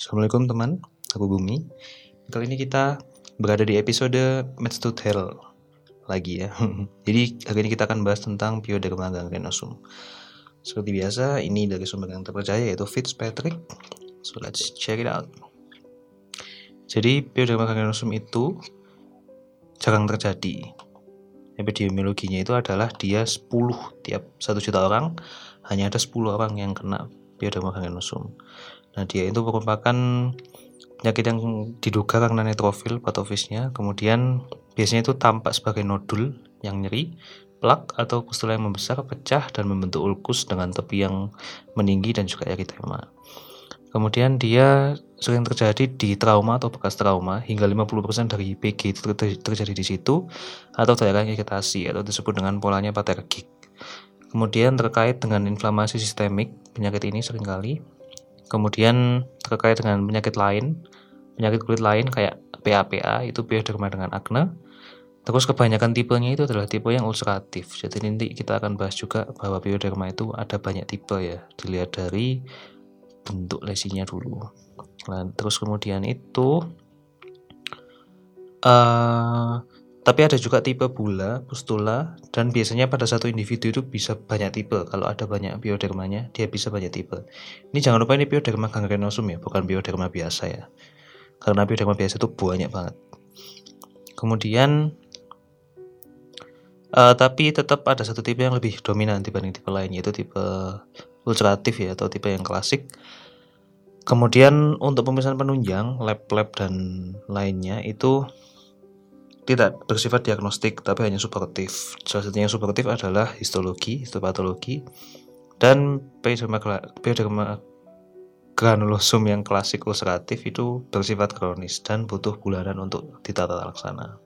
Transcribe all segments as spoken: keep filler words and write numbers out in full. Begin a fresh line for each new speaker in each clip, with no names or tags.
Assalamualaikum teman, aku Bumi. Kali ini kita berada di episode Match to Tell lagi ya. Jadi hari ini kita akan bahas tentang Pyoderma gangrenosum. Seperti biasa, ini dari sumber yang terpercaya yaitu Fitzpatrick. So let's check it out. Jadi Pyoderma gangrenosum itu jarang terjadi. Epidemiologinya itu adalah dia sepuluh tiap satu juta orang, hanya ada sepuluh orang yang kena Pyoderma gangrenosum. Nah, dia itu merupakan penyakit yang diduga karena neutrofil patofisnya, kemudian biasanya itu tampak sebagai nodul yang nyeri, plak atau pustula yang membesar, pecah dan membentuk ulkus dengan tepi yang meninggi dan juga eritema. Kemudian dia sering terjadi di trauma atau bekas trauma, hingga lima puluh persen dari P G itu terjadi di situ, atau daerah iritasi atau disebut dengan polanya patergik. Kemudian terkait dengan inflamasi sistemik, penyakit ini seringkali kemudian terkait dengan penyakit lain, penyakit kulit lain kayak P A P A itu Pyoderma dengan akne. Terus kebanyakan tipenya itu adalah tipe yang ulceratif. Jadi nanti kita akan bahas juga bahwa Pyoderma itu ada banyak tipe ya. Dilihat dari bentuk lesinya dulu. Nah, terus kemudian itu uh, tapi ada juga tipe bula, pustula, dan biasanya pada satu individu itu bisa banyak tipe. Kalau ada banyak Pyodermanya, dia bisa banyak tipe. Ini jangan lupa ini Pyoderma gangrenosum ya, bukan Pyoderma biasa ya. Karena Pyoderma biasa itu banyak banget. Kemudian, uh, tapi tetap ada satu tipe yang lebih dominan dibanding tipe lain, yaitu tipe ulceratif ya, atau tipe yang klasik. Kemudian untuk pemeriksaan penunjang, lab-lab dan lainnya itu tidak bersifat diagnostik, tapi hanya suportif. Salah satunya yang suportif adalah histologi, histopatologi, dan Pyoderma granulosum yang klasik ulceratif itu bersifat kronis dan butuh bulanan untuk ditata laksana.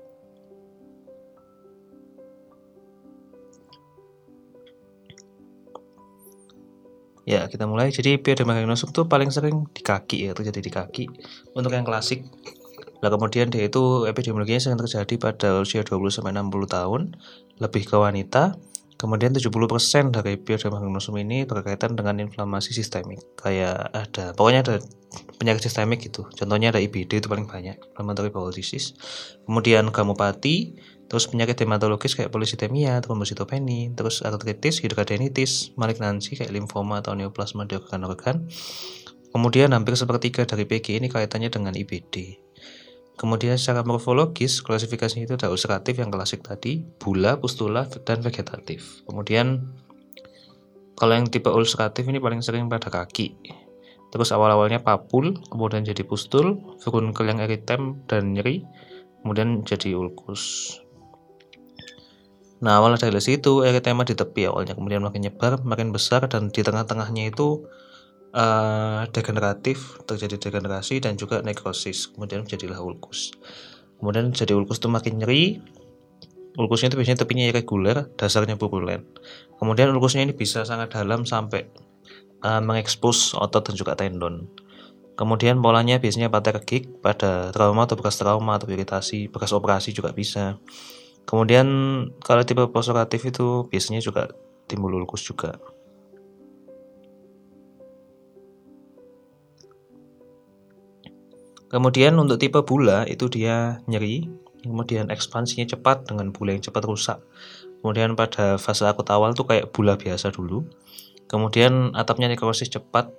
Ya, kita mulai. Jadi Pyoderma gangrenosum itu paling sering di kaki ya, terjadi di kaki. Untuk yang klasik, nah kemudian dia itu epidemiologinya sering terjadi pada usia dua puluh sampai enam puluh tahun, lebih ke wanita. Kemudian tujuh puluh persen dari Pyoderma gangrenosum ini berkaitan dengan inflamasi sistemik. Kayak ada, pokoknya ada penyakit sistemik gitu. Contohnya ada I B D itu paling banyak, inflammatory bowel disease. Kemudian gamopati, terus penyakit hematologis kayak polisitemia, trombositopeni, terus artritis, hidradenitis, malignansi kayak limfoma atau neoplasma di organ-organ. Kemudian hampir sepertiga dari P G ini kaitannya dengan I B D. Kemudian secara morfologis, klasifikasinya itu ada ulceratif yang klasik tadi, bula, pustula, dan vegetatif. Kemudian kalau yang tipe ulceratif ini paling sering pada kaki. Terus awal-awalnya papul, kemudian jadi pustul, furunkel yang eritem dan nyeri, kemudian jadi ulkus. Nah, awal dari lesi itu eritema di tepi awalnya, kemudian makin nyebar, makin besar, dan di tengah-tengahnya itu Uh, degeneratif, terjadi degenerasi dan juga nekrosis, kemudian menjadilah ulkus. Kemudian jadi ulkus itu makin nyeri, ulkusnya itu biasanya tepinya irregular, dasarnya purulen. Kemudian ulkusnya ini bisa sangat dalam sampai uh, mengekspos otot dan juga tendon. Kemudian polanya biasanya patergik pada trauma atau bekas trauma atau iritasi, bekas operasi juga bisa. Kemudian kalau tipe postoperatif itu biasanya juga timbul ulkus juga. Kemudian untuk tipe bula itu dia nyeri, kemudian ekspansinya cepat dengan bula yang cepat rusak. Kemudian pada fase akut awal tuh kayak bula biasa dulu. Kemudian atapnya nekrosis cepat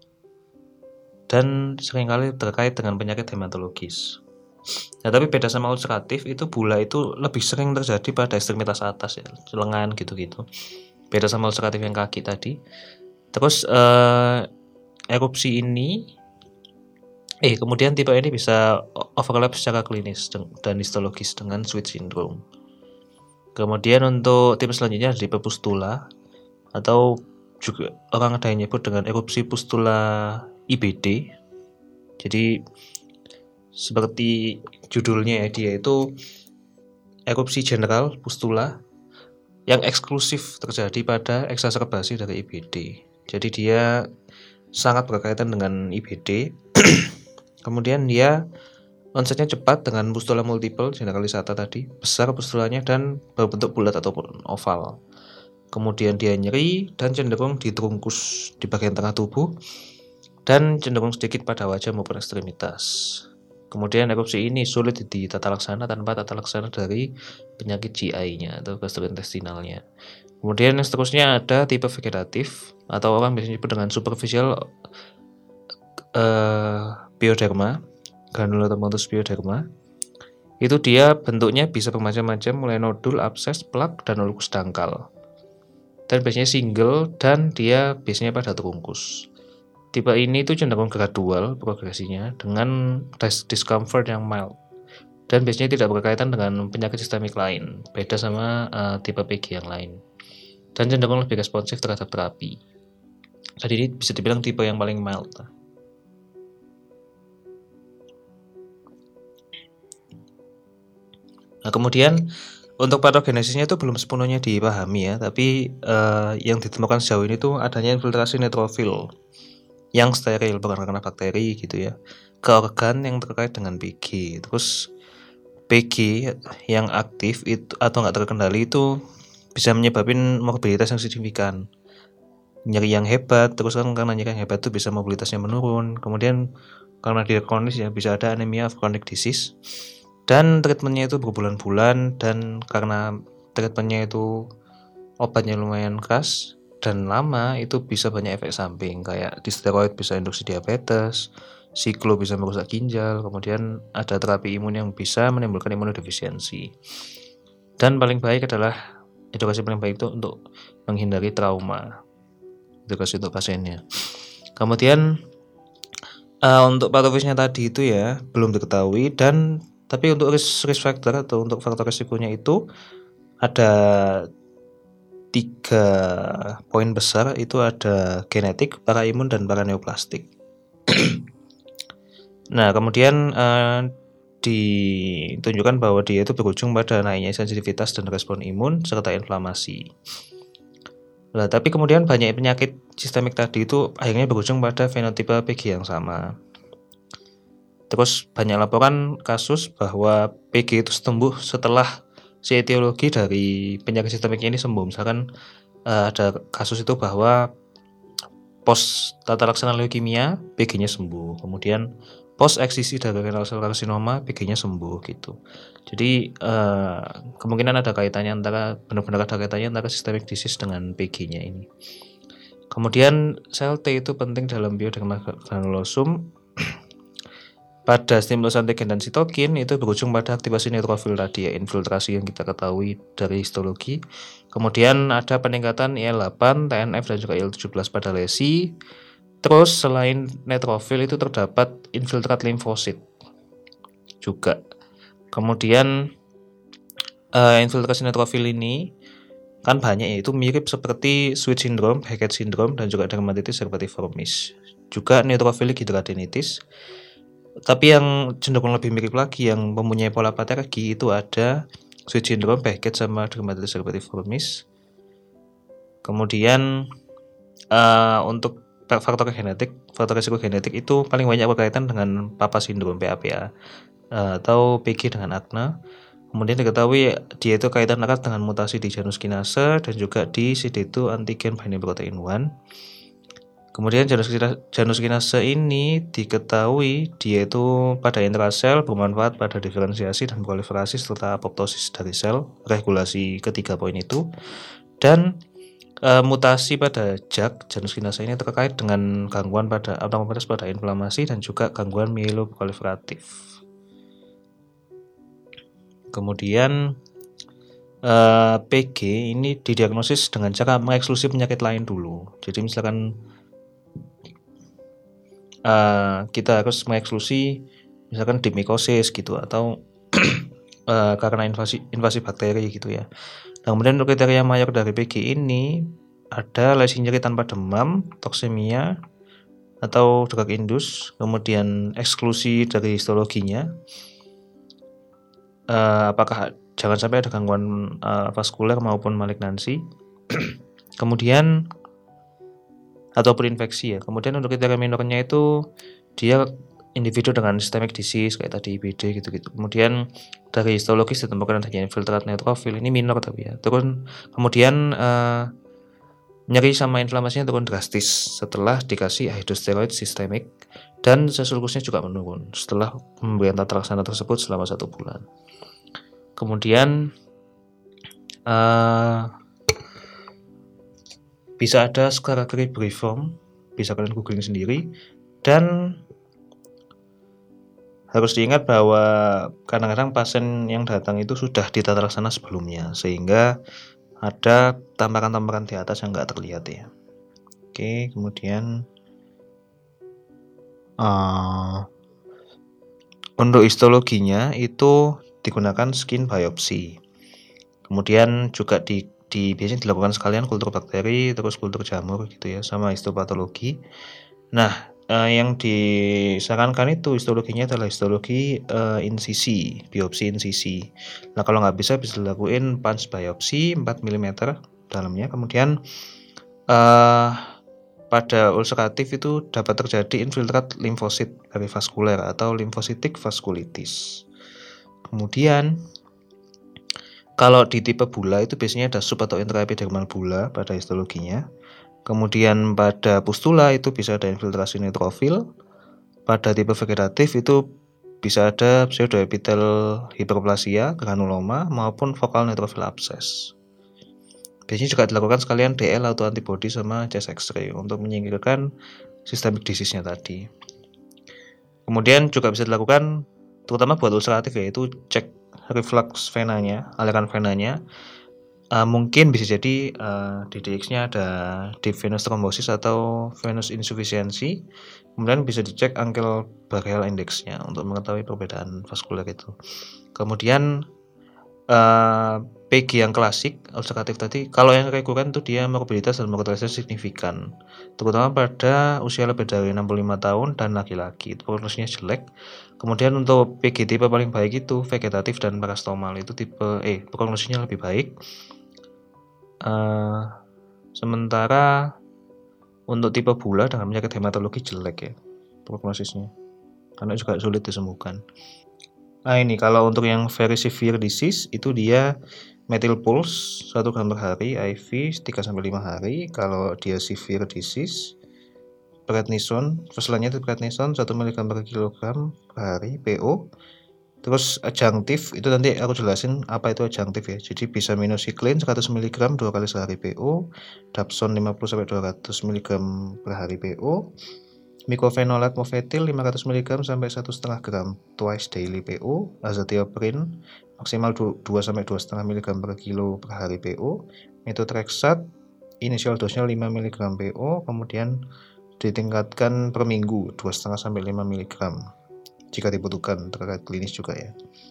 dan seringkali terkait dengan penyakit hematologis. Nah, tapi beda sama ulceratif, itu bula itu lebih sering terjadi pada ekstremitas atas ya, lengan gitu-gitu. Beda sama ulceratif yang kaki tadi. Terus eh, erupsi ini Eh, kemudian tipe ini bisa overlap secara klinis dan histologis dengan Sweet syndrome. Kemudian untuk tipe selanjutnya ada tipe pustula, atau juga orang ada yang nyebut dengan erupsi pustula I B D. Jadi seperti judulnya ya, dia itu erupsi general pustula yang eksklusif terjadi pada eksaserbasi dari I B D. Jadi dia sangat berkaitan dengan I B D. Kemudian dia onsetnya cepat dengan pustula multiple generalisata tadi, besar pustulanya dan berbentuk bulat ataupun oval. Kemudian dia nyeri dan cenderung diterungkus di bagian tengah tubuh. dan cenderung sedikit pada wajah maupun ekstremitas. Kemudian erupsi ini sulit ditata laksana tanpa tata laksana dari penyakit G I-nya atau gastrointestinalnya. Kemudian yang seterusnya ada tipe vegetatif atau orang biasanya disebut dengan superficial uh, pyoderma, granulomatous pyoderma. Itu dia bentuknya bisa bermacam-macam, mulai nodul, abses, plak, dan ulkus dangkal. Dan biasanya single dan dia biasanya pada terungkus. Tipe ini itu cenderung gradual progresinya dengan discomfort yang mild dan biasanya tidak berkaitan dengan penyakit sistemik lain, beda sama uh, tipe P G yang lain, dan cenderung lebih responsif terhadap terapi. Jadi ini bisa dibilang tipe yang paling mild. Nah, kemudian untuk patogenesisnya itu belum sepenuhnya dipahami ya, tapi uh, yang ditemukan sejauh ini tuh adanya infiltrasi neutrofil yang steril bukan karena bakteri gitu ya, ke organ yang terkait dengan P G. Terus P G yang aktif itu atau nggak terkendali itu bisa menyebabkan mobilitas yang signifikan, nyeri yang hebat. Terus kan karena nyeri yang hebat itu bisa mobilitasnya menurun. Kemudian karena dia kronis ya bisa ada anemia of chronic disease. Dan treatmentnya itu berbulan-bulan, dan karena treatmentnya itu obatnya lumayan keras dan lama, itu bisa banyak efek samping kayak di steroid bisa induksi diabetes, siklo bisa merusak ginjal, kemudian ada terapi imun yang bisa menimbulkan imunodefisiensi. Dan paling baik adalah edukasi paling baik itu untuk menghindari trauma, edukasi untuk pasiennya. Kemudian uh, untuk patofisnya tadi itu ya belum diketahui, dan tapi untuk risk, risk factor atau untuk faktor risikonya itu ada tiga poin besar, itu ada genetik, paraimun, dan paraneoplastik. Nah, kemudian eh, ditunjukkan bahwa dia itu berujung pada naiknya sensitivitas dan respon imun serta inflamasi. Nah, tapi kemudian banyak penyakit sistemik tadi itu akhirnya berujung pada fenotipe P G yang sama. Terus banyak laporan kasus bahwa P G itu sembuh setelah si etiologi dari penyakit sistemik ini sembuh. Misalkan uh, ada kasus itu bahwa pos tata laksana leukemia P G-nya sembuh, kemudian pos eksisi dari renal sel karsinoma P G-nya sembuh gitu. Jadi uh, kemungkinan ada kaitannya antara benar-benar ada kaitannya antara systemic disease dengan P G-nya ini. Kemudian sel T itu penting dalam bioderma granulosum. Pada stimulus antigen dan sitokin itu berujung pada aktivasi neutrofil tadi ya, infiltrasi yang kita ketahui dari histologi. Kemudian ada peningkatan I L delapan, T N F, dan juga I L tujuh belas pada lesi. Terus selain neutrofil itu terdapat infiltrat limfosit juga. Kemudian uh, infiltrasi neutrofil ini kan banyak ya, itu mirip seperti Sweet syndrome, Hackett syndrome, dan juga dermatitis herpetiformis. Juga neutrophilic hidradenitis. Tapi yang cenderung lebih mirip lagi yang mempunyai pola patergi itu ada Sweet syndrome, Hackett, sama dermatitis herpetiformis. Kemudian uh, untuk faktor genetik, faktor risiko genetik itu paling banyak berkaitan dengan Papa syndrome P A P A uh, atau P G dengan akne. Kemudian diketahui dia itu kaitan erat dengan mutasi di Janus kinase dan juga di C D dua antigen binding protein satu. Kemudian Janus, Janus kinase ini diketahui dia itu pada intrasel bermanfaat pada diferensiasi dan proliferasi serta apoptosis dari sel, regulasi ketiga poin itu. Dan e, mutasi pada J A K, Janus kinase ini terkait dengan gangguan pada abnormalitas pada inflamasi dan juga gangguan mieloproliferatif. Kemudian e, P G ini didiagnosis dengan cara mengeksklusi penyakit lain dulu. Jadi misalkan Uh, kita harus mengeksklusi misalkan dimikosis gitu atau uh, karena invasi invasi bakteri gitu ya. Nah, kemudian untuk kriteria mayor dari P G ini ada lesi nyeri tanpa demam, toksemia atau drug indus, kemudian eksklusi dari histologinya. Uh, apakah jangan sampai ada gangguan uh, vaskuler maupun malignansi. Kemudian ataupun infeksi ya. Kemudian untuk kriteria minornya itu dia individu dengan systemic disease kayak tadi I B D gitu-gitu. Kemudian dari histologis ditemukan adanya infiltrat neutrofil, ini minor tapi ya. Terus kemudian uh, Nyeri sama inflamasinya turun drastis setelah dikasih hydrosteroid sistemik, dan sel ulkusnya juga menurun setelah pemberian tata laksana tersebut selama satu bulan. Kemudian uh, bisa ada sclerotrophy breviform, bisa kalian googling sendiri. Dan harus diingat bahwa kadang-kadang pasien yang datang itu sudah ditata laksana sebelumnya, sehingga ada tamparan-tamparan di atas yang nggak terlihat ya. Oke, kemudian uh, untuk histologinya itu digunakan skin biopsy. Kemudian juga di, di biasanya dilakukan sekalian kultur bakteri, terus kultur jamur gitu ya, sama histopatologi. Nah, eh, yang disarankan itu histologinya adalah histologi eh, insisi, biopsi insisi. Nah, kalau nggak bisa bisa dilakuin punch biopsi empat milimeter dalamnya. Kemudian eh, pada ulceratif itu dapat terjadi infiltrat limfosit perivaskuler atau limfositik vaskulitis. Kemudian kalau di tipe bula itu biasanya ada sub atau intraepidermal bula pada histologinya. Kemudian pada pustula itu bisa ada infiltrasi neutrofil. Pada tipe vegetatif itu bisa ada pseudoepitel hiperplasia, granuloma, maupun fokal neutrofil abses. Biasanya juga dilakukan sekalian D L atau antibody sama chest X-ray untuk menyingkirkan systemic disease-nya tadi. Kemudian juga bisa dilakukan terutama buat ulceratif yaitu cek reflux venanya, aliran venanya. Uh, mungkin bisa jadi uh, D D X-nya ada deep venous thrombosis atau venous insufficiency. Kemudian bisa dicek angle brachial index-nya untuk mengetahui perbedaan vaskuler itu. Kemudian uh, P G yang klasik ulceratif tadi, kalau yang rekuren itu dia morbiditas dan mortalitas signifikan, terutama pada usia lebih dari enam puluh lima tahun dan laki-laki, itu prognosisnya jelek. Kemudian untuk P G tipe paling baik itu vegetatif dan parastomal, itu tipe eh prognosisnya lebih baik. Uh, sementara untuk tipe bula dengan penyakit hematologi jelek ya prognosisnya, karena juga sulit disembuhkan. Nah ini kalau untuk yang very severe disease itu dia methyl pulse satu gram per hari, I V tiga sampai lima hari. Kalau dia severe disease, prednisone, selanjutnya itu prednisone satu miligram per kilogram per hari, P O. Terus adjunktif itu nanti aku jelasin apa itu adjunktif ya. Jadi bisa minocycline seratus miligram dua kali sehari P O, dapsone lima puluh sampai dua ratus miligram per hari P O, mycophenolate mofetil lima ratus miligram sampai satu koma lima gram twice daily P O, azathioprine maksimal dua sampai dua koma lima miligram per kilo per hari P O, methotrexate initial dosenya lima miligram P O, kemudian ditingkatkan per minggu dua koma lima sampai lima miligram jika dibutuhkan, terkait klinis juga ya.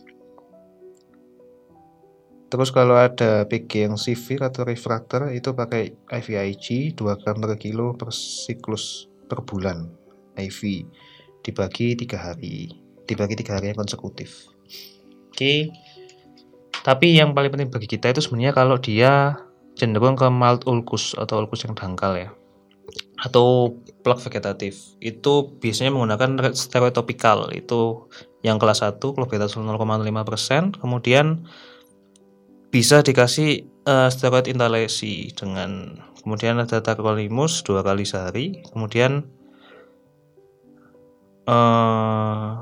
Terus kalau ada P G yang severe atau refractor itu pakai I V I G dua gram per kilo per siklus per bulan, I V dibagi tiga hari, dibagi tiga hari yang konsekutif. Oke. Tapi yang paling penting bagi kita itu sebenarnya kalau dia cenderung ke mild ulcus atau ulcus yang dangkal ya, atau plak vegetatif, itu biasanya menggunakan steroid topikal, itu yang kelas satu clobetasol nol koma lima persen, kemudian bisa dikasih uh, steroid inhalasi dengan, kemudian ada tacrolimus dua kali sehari, kemudian uh,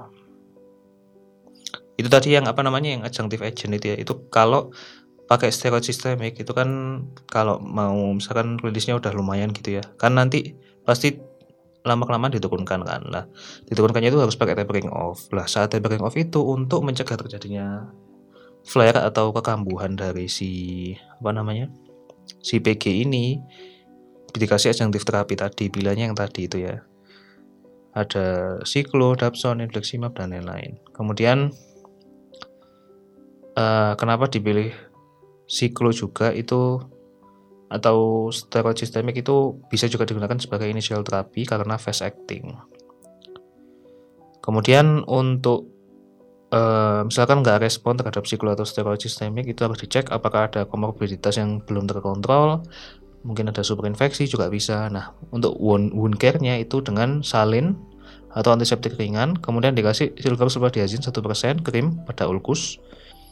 itu tadi yang apa namanya yang adjunctive agent itu ya, itu kalau pakai steroid sistemik itu kan kalau mau misalkan klinisnya udah lumayan gitu ya, kan nanti pasti lama-kelamaan diturunkan kan lah, diturunkannya itu harus pakai tapering off lah. Saat tapering off itu untuk mencegah terjadinya flare atau kekambuhan dari si apa namanya si P G ini, dikasih adjunctive terapi tadi, pilihannya yang tadi itu ya, ada siklo, dapsone, infliximab dan lain-lain. Kemudian uh, kenapa dipilih siklo juga itu atau steroid sistemik itu bisa juga digunakan sebagai initial terapi karena fast acting. Kemudian untuk uh, misalkan nggak respon terhadap siklo atau steroid sistemik, itu harus dicek apakah ada komorbiditas yang belum terkontrol, mungkin ada superinfeksi juga bisa. Nah untuk wound, wound care-nya itu dengan salin atau antiseptik ringan, kemudian dikasih silver sulfadiazin satu persen krim pada ulkus.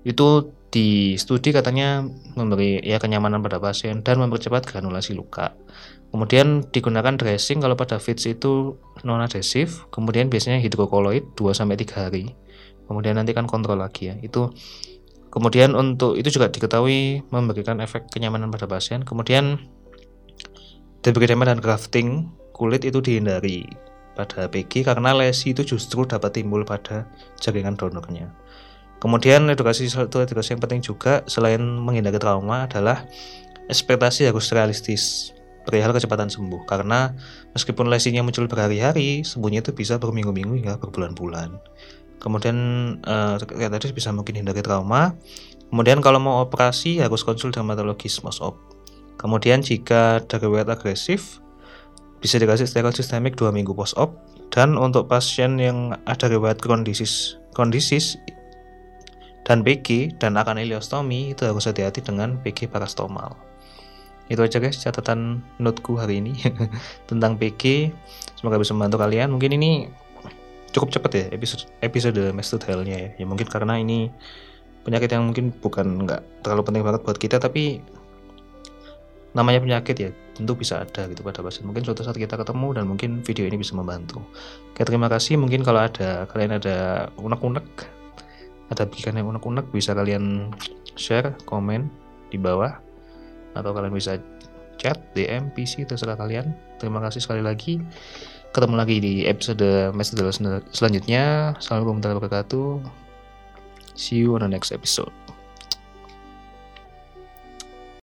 Itu di studi katanya memberi ya kenyamanan pada pasien dan mempercepat granulasi luka. Kemudian digunakan dressing kalau pada fits itu non adhesif, kemudian biasanya hidrokoloid dua sampai tiga hari. Kemudian nanti kan kontrol lagi ya. Itu kemudian untuk itu juga diketahui memberikan efek kenyamanan pada pasien. Kemudian debridement dan grafting kulit itu dihindari pada P G karena lesi itu justru dapat timbul pada jaringan donornya. Kemudian edukasi satu edukasi yang penting juga selain menghindari trauma adalah ekspektasi harus realistis perihal kecepatan sembuh, karena meskipun lesinya muncul berhari-hari, sembuhnya itu bisa berminggu-minggu hingga berbulan-bulan. Kemudian eh, kayak tadi bisa mungkin hindari trauma. Kemudian kalau mau operasi harus konsul dermatologis post-op. Kemudian jika ada riwayat agresif bisa dikasih steril sistemik dua minggu post-op. Dan untuk pasien yang ada riwayat kondisis kondisis dan P G dan akan ileostomi itu harus hati-hati dengan P G parastomal. Itu aja guys catatan noteku hari ini tentang P G. Semoga bisa membantu kalian. Mungkin ini cukup cepat ya episode episode Mastute Health-nya ya. Ya mungkin karena ini penyakit yang mungkin bukan nggak terlalu penting banget buat kita, tapi namanya penyakit ya tentu bisa ada gitu pada pasien. Mungkin suatu saat kita ketemu dan mungkin video ini bisa membantu. Oke, terima kasih. Mungkin kalau ada kalian ada unek-unek, ada pikiran yang unek-unek, bisa kalian share, komen di bawah, atau kalian bisa chat, D M, P C, terserah kalian. Terima kasih sekali lagi. Ketemu lagi di episode Mastute selanjutnya. Assalamualaikum warahmatullahi wabarakatuh. See you on the next episode.